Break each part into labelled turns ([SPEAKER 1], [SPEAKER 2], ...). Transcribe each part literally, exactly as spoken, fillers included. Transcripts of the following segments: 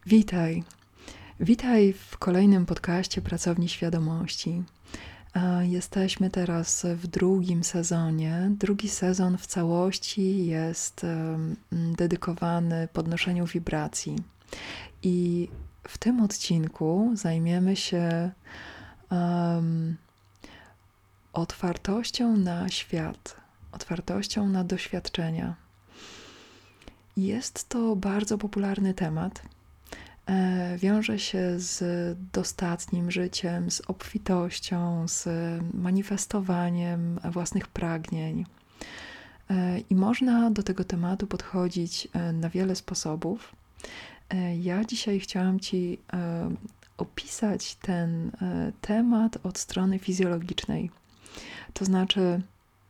[SPEAKER 1] Witaj. Witaj w kolejnym podcaście Pracowni Świadomości. Jesteśmy teraz w drugim sezonie. Drugi sezon w całości jest dedykowany podnoszeniu wibracji. I w tym odcinku zajmiemy się um, otwartością na świat, otwartością na doświadczenia. Jest to bardzo popularny temat. Wiąże się z dostatnim życiem, z obfitością, z manifestowaniem własnych pragnień. I można do tego tematu podchodzić na wiele sposobów. Ja dzisiaj chciałam Ci opisać ten temat od strony fizjologicznej. To znaczy,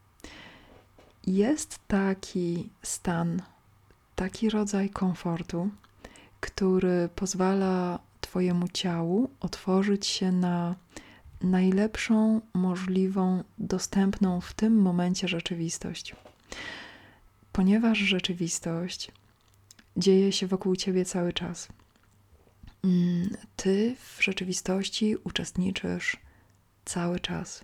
[SPEAKER 1] jest taki stan, taki rodzaj komfortu, który pozwala Twojemu ciału otworzyć się na najlepszą możliwą, dostępną w tym momencie rzeczywistość. Ponieważ rzeczywistość dzieje się wokół Ciebie cały czas. Ty w rzeczywistości uczestniczysz cały czas.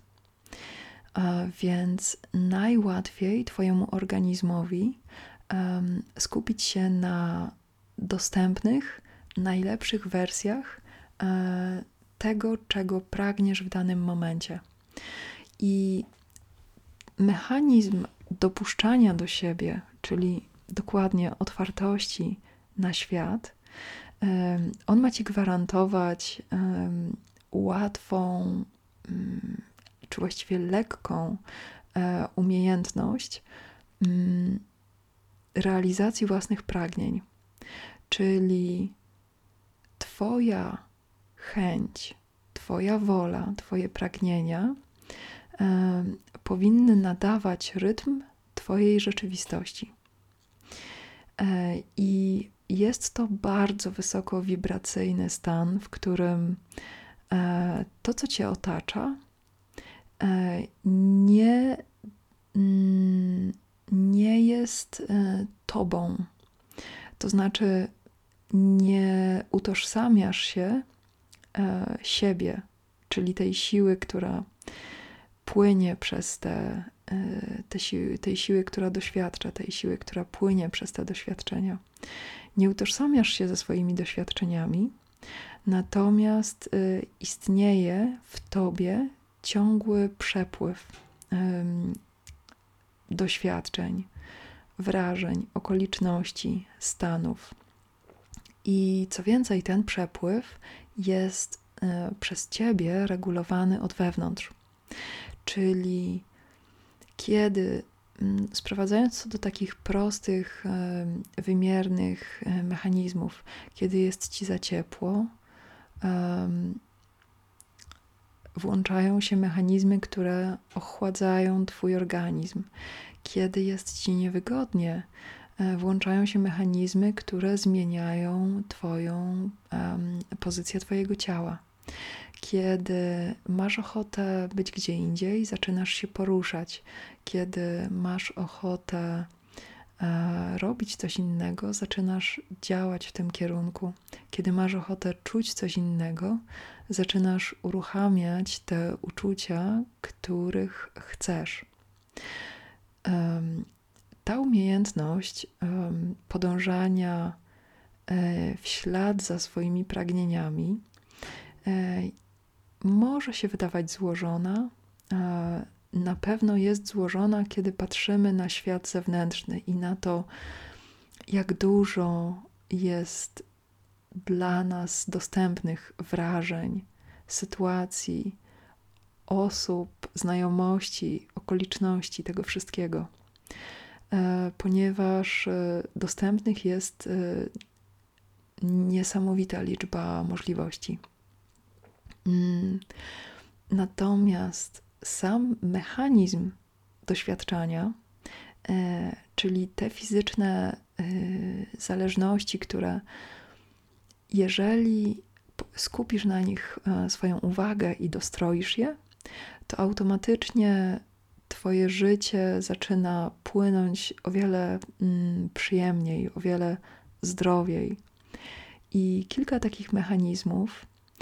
[SPEAKER 1] Więc najłatwiej Twojemu organizmowi um, skupić się na dostępnych, najlepszych wersjach e, tego, czego pragniesz w danym momencie. I mechanizm dopuszczania do siebie, czyli dokładnie otwartości na świat, e, on ma Ci gwarantować e, łatwą, mm, czy właściwie lekką e, umiejętność mm, realizacji własnych pragnień. Czyli Twoja chęć, Twoja wola, Twoje pragnienia e, powinny nadawać rytm Twojej rzeczywistości. E, I jest to bardzo wysoko wibracyjny stan, w którym e, to, co Cię otacza, e, nie, mm, nie jest e, Tobą. To znaczy, nie utożsamiasz się e, siebie, czyli tej siły, która płynie przez te, e, te siły, tej siły, która doświadcza, tej siły, która płynie przez te doświadczenia. Nie utożsamiasz się ze swoimi doświadczeniami, natomiast e, istnieje w tobie ciągły przepływ e, doświadczeń, wrażeń, okoliczności, stanów. I co więcej, ten przepływ jest e, przez Ciebie regulowany od wewnątrz. Czyli kiedy, m, sprowadzając to do takich prostych, e, wymiernych e, mechanizmów, kiedy jest Ci za ciepło, e, włączają się mechanizmy, które ochładzają Twój organizm. Kiedy jest Ci niewygodnie, włączają się mechanizmy, które zmieniają Twoją um, pozycję Twojego ciała. Kiedy masz ochotę być gdzie indziej, zaczynasz się poruszać. Kiedy masz ochotę e, robić coś innego, zaczynasz działać w tym kierunku. Kiedy masz ochotę czuć coś innego, zaczynasz uruchamiać te uczucia, których chcesz. Um, Ta umiejętność um, podążania e, w ślad za swoimi pragnieniami e, może się wydawać złożona. E, na pewno jest złożona, kiedy patrzymy na świat zewnętrzny i na to, jak dużo jest dla nas dostępnych wrażeń, sytuacji, osób, znajomości, okoliczności, tego wszystkiego. Ponieważ dostępnych jest niesamowita liczba możliwości. Natomiast sam mechanizm doświadczania, czyli te fizyczne zależności, które jeżeli skupisz na nich swoją uwagę i dostroisz je, to automatycznie Twoje życie zaczyna płynąć o wiele mm, przyjemniej, o wiele zdrowiej. I kilka takich mechanizmów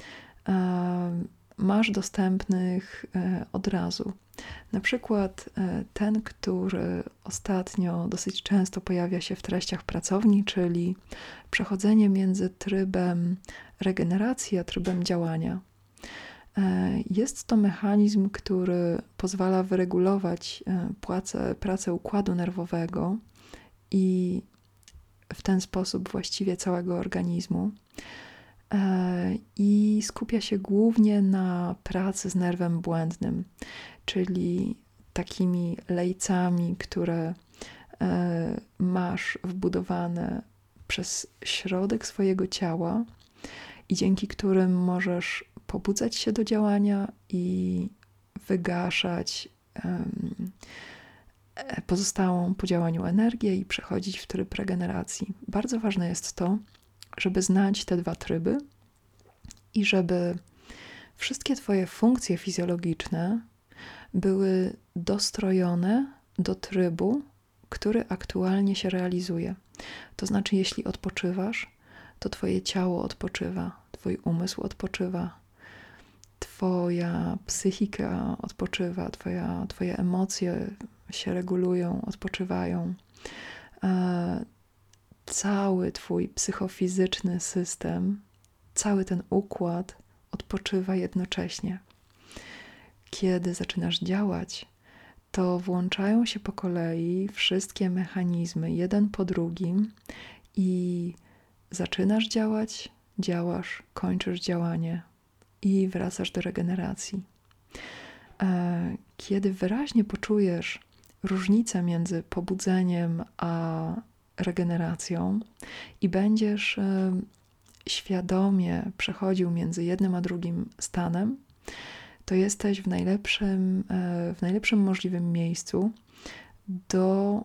[SPEAKER 1] masz dostępnych od razu. Na przykład ten, który ostatnio dosyć często pojawia się w treściach pracowni, czyli przechodzenie między trybem regeneracji a trybem działania. Jest to mechanizm, który pozwala wyregulować pracę, pracę układu nerwowego i w ten sposób właściwie całego organizmu. I skupia się głównie na pracy z nerwem błędnym, czyli takimi lejcami, które masz wbudowane przez środek swojego ciała i dzięki którym możesz pobudzać się do działania i wygaszać pozostałą po działaniu energię i przechodzić w tryb regeneracji. Bardzo ważne jest to, żeby znać te dwa tryby i żeby wszystkie twoje funkcje fizjologiczne były dostrojone do trybu, który aktualnie się realizuje. To znaczy, jeśli odpoczywasz, to twoje ciało odpoczywa, twój umysł odpoczywa, twoja psychika odpoczywa, twoja, twoje emocje się regulują, odpoczywają. E, cały twój psychofizyczny system, cały ten układ odpoczywa jednocześnie. Kiedy zaczynasz działać, to włączają się po kolei wszystkie mechanizmy, jeden po drugim i zaczynasz działać, działasz, kończysz działanie i wracasz do regeneracji. Kiedy wyraźnie poczujesz różnicę między pobudzeniem a regeneracją i będziesz świadomie przechodził między jednym a drugim stanem, to jesteś w najlepszym, w najlepszym możliwym miejscu do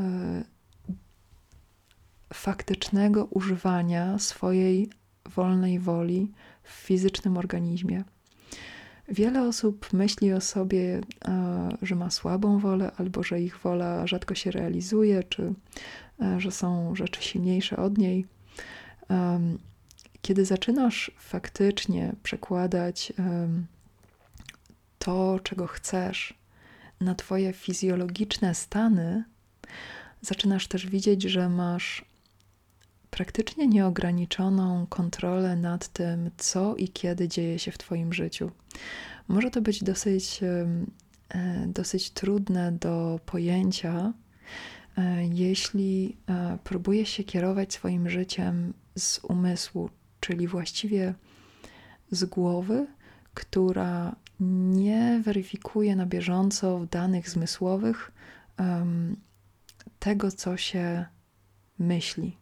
[SPEAKER 1] faktycznego używania swojej wolnej woli w fizycznym organizmie. Wiele osób myśli o sobie, że ma słabą wolę, albo że ich wola rzadko się realizuje, czy że są rzeczy silniejsze od niej. Kiedy zaczynasz faktycznie przekładać to, czego chcesz, na twoje fizjologiczne stany, zaczynasz też widzieć, że masz praktycznie nieograniczoną kontrolę nad tym, co i kiedy dzieje się w twoim życiu. Może to być dosyć, dosyć trudne do pojęcia, jeśli próbujesz się kierować swoim życiem z umysłu, czyli właściwie z głowy, która nie weryfikuje na bieżąco w danych zmysłowych um, tego, co się myśli.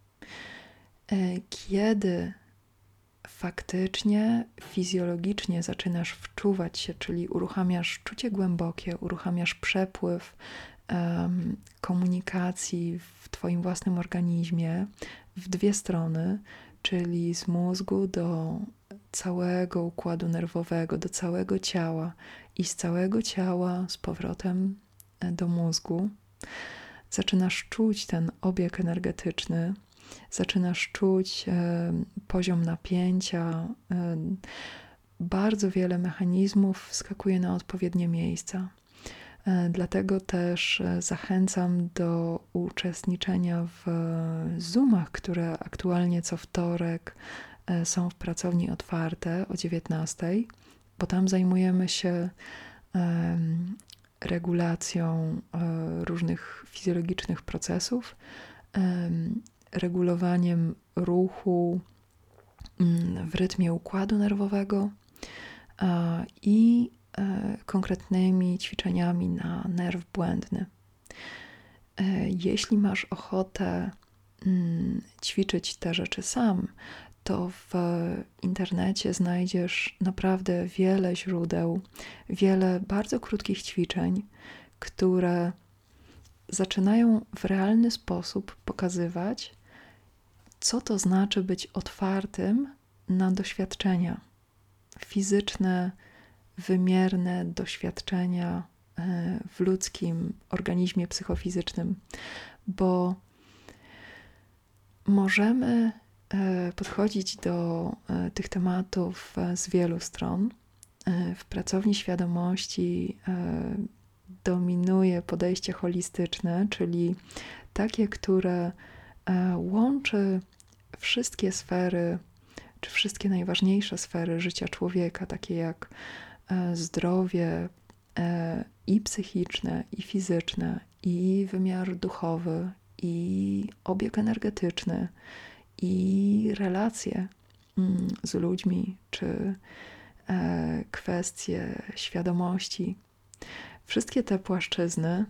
[SPEAKER 1] Kiedy faktycznie, fizjologicznie zaczynasz wczuwać się, czyli uruchamiasz czucie głębokie, uruchamiasz przepływ um, komunikacji w twoim własnym organizmie w dwie strony, czyli z mózgu do całego układu nerwowego, do całego ciała i z całego ciała z powrotem do mózgu. Zaczynasz czuć ten obieg energetyczny, zaczynasz czuć e, poziom napięcia. E, bardzo wiele mechanizmów wskakuje na odpowiednie miejsca. E, dlatego też zachęcam do uczestniczenia w Zoomach, które aktualnie co wtorek są w pracowni otwarte o dziewiętnastej, bo tam zajmujemy się um, regulacją um, różnych fizjologicznych procesów, um, regulowaniem ruchu um, w rytmie układu nerwowego um, i um, konkretnymi ćwiczeniami na nerw błędny. Um, jeśli masz ochotę um, ćwiczyć te rzeczy sam, to w internecie znajdziesz naprawdę wiele źródeł, wiele bardzo krótkich ćwiczeń, które zaczynają w realny sposób pokazywać, co to znaczy być otwartym na doświadczenia fizyczne, wymierne doświadczenia w ludzkim organizmie psychofizycznym, bo możemy podchodzić do tych tematów z wielu stron. W pracowni świadomości dominuje podejście holistyczne, czyli takie, które łączy wszystkie sfery, czy wszystkie najważniejsze sfery życia człowieka, takie jak zdrowie i psychiczne, i fizyczne, i wymiar duchowy, i obieg energetyczny, i relacje z ludźmi, czy kwestie świadomości. Wszystkie te płaszczyzny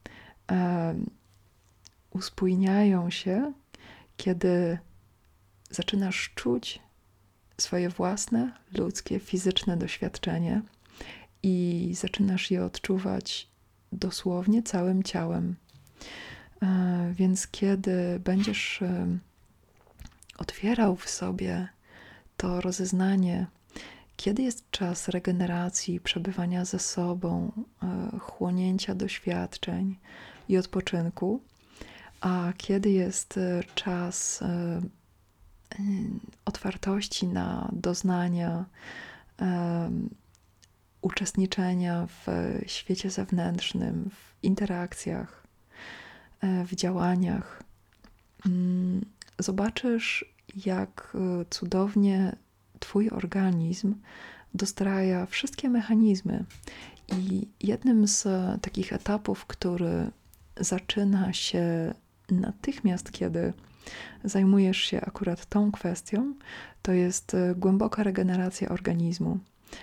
[SPEAKER 1] uspójniają się, kiedy zaczynasz czuć swoje własne, ludzkie, fizyczne doświadczenie i zaczynasz je odczuwać dosłownie całym ciałem. Więc kiedy będziesz otwierał w sobie to rozeznanie, kiedy jest czas regeneracji, przebywania ze sobą, chłonięcia doświadczeń i odpoczynku, a kiedy jest czas otwartości na doznania, uczestniczenia w świecie zewnętrznym, w interakcjach, w działaniach, zobaczysz, jak cudownie Twój organizm dostraja wszystkie mechanizmy. I jednym z takich etapów, który zaczyna się natychmiast, kiedy zajmujesz się akurat tą kwestią, to jest głęboka regeneracja organizmu.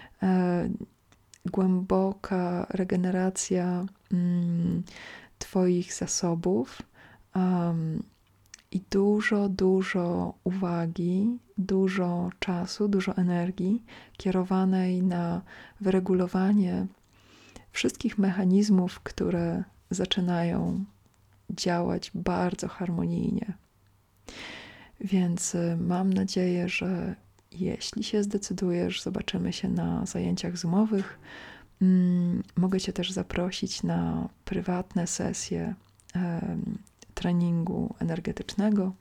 [SPEAKER 1] Głęboka regeneracja mm, Twoich zasobów um, i dużo, dużo uwagi, dużo czasu, dużo energii kierowanej na wyregulowanie wszystkich mechanizmów, które zaczynają działać bardzo harmonijnie. Więc mam nadzieję, że jeśli się zdecydujesz, zobaczymy się na zajęciach zoomowych. Mogę Cię też zaprosić na prywatne sesje treningu energetycznego.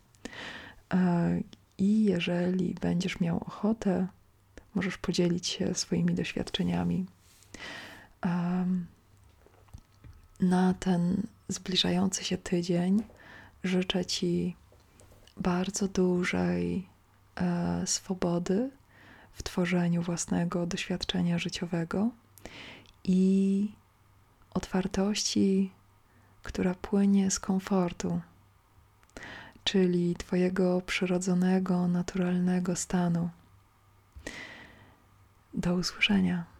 [SPEAKER 1] I jeżeli będziesz miał ochotę, możesz podzielić się swoimi doświadczeniami. Na ten zbliżający się tydzień życzę Ci bardzo dużej e, swobody w tworzeniu własnego doświadczenia życiowego i otwartości, która płynie z komfortu, czyli Twojego przyrodzonego, naturalnego stanu. Do usłyszenia.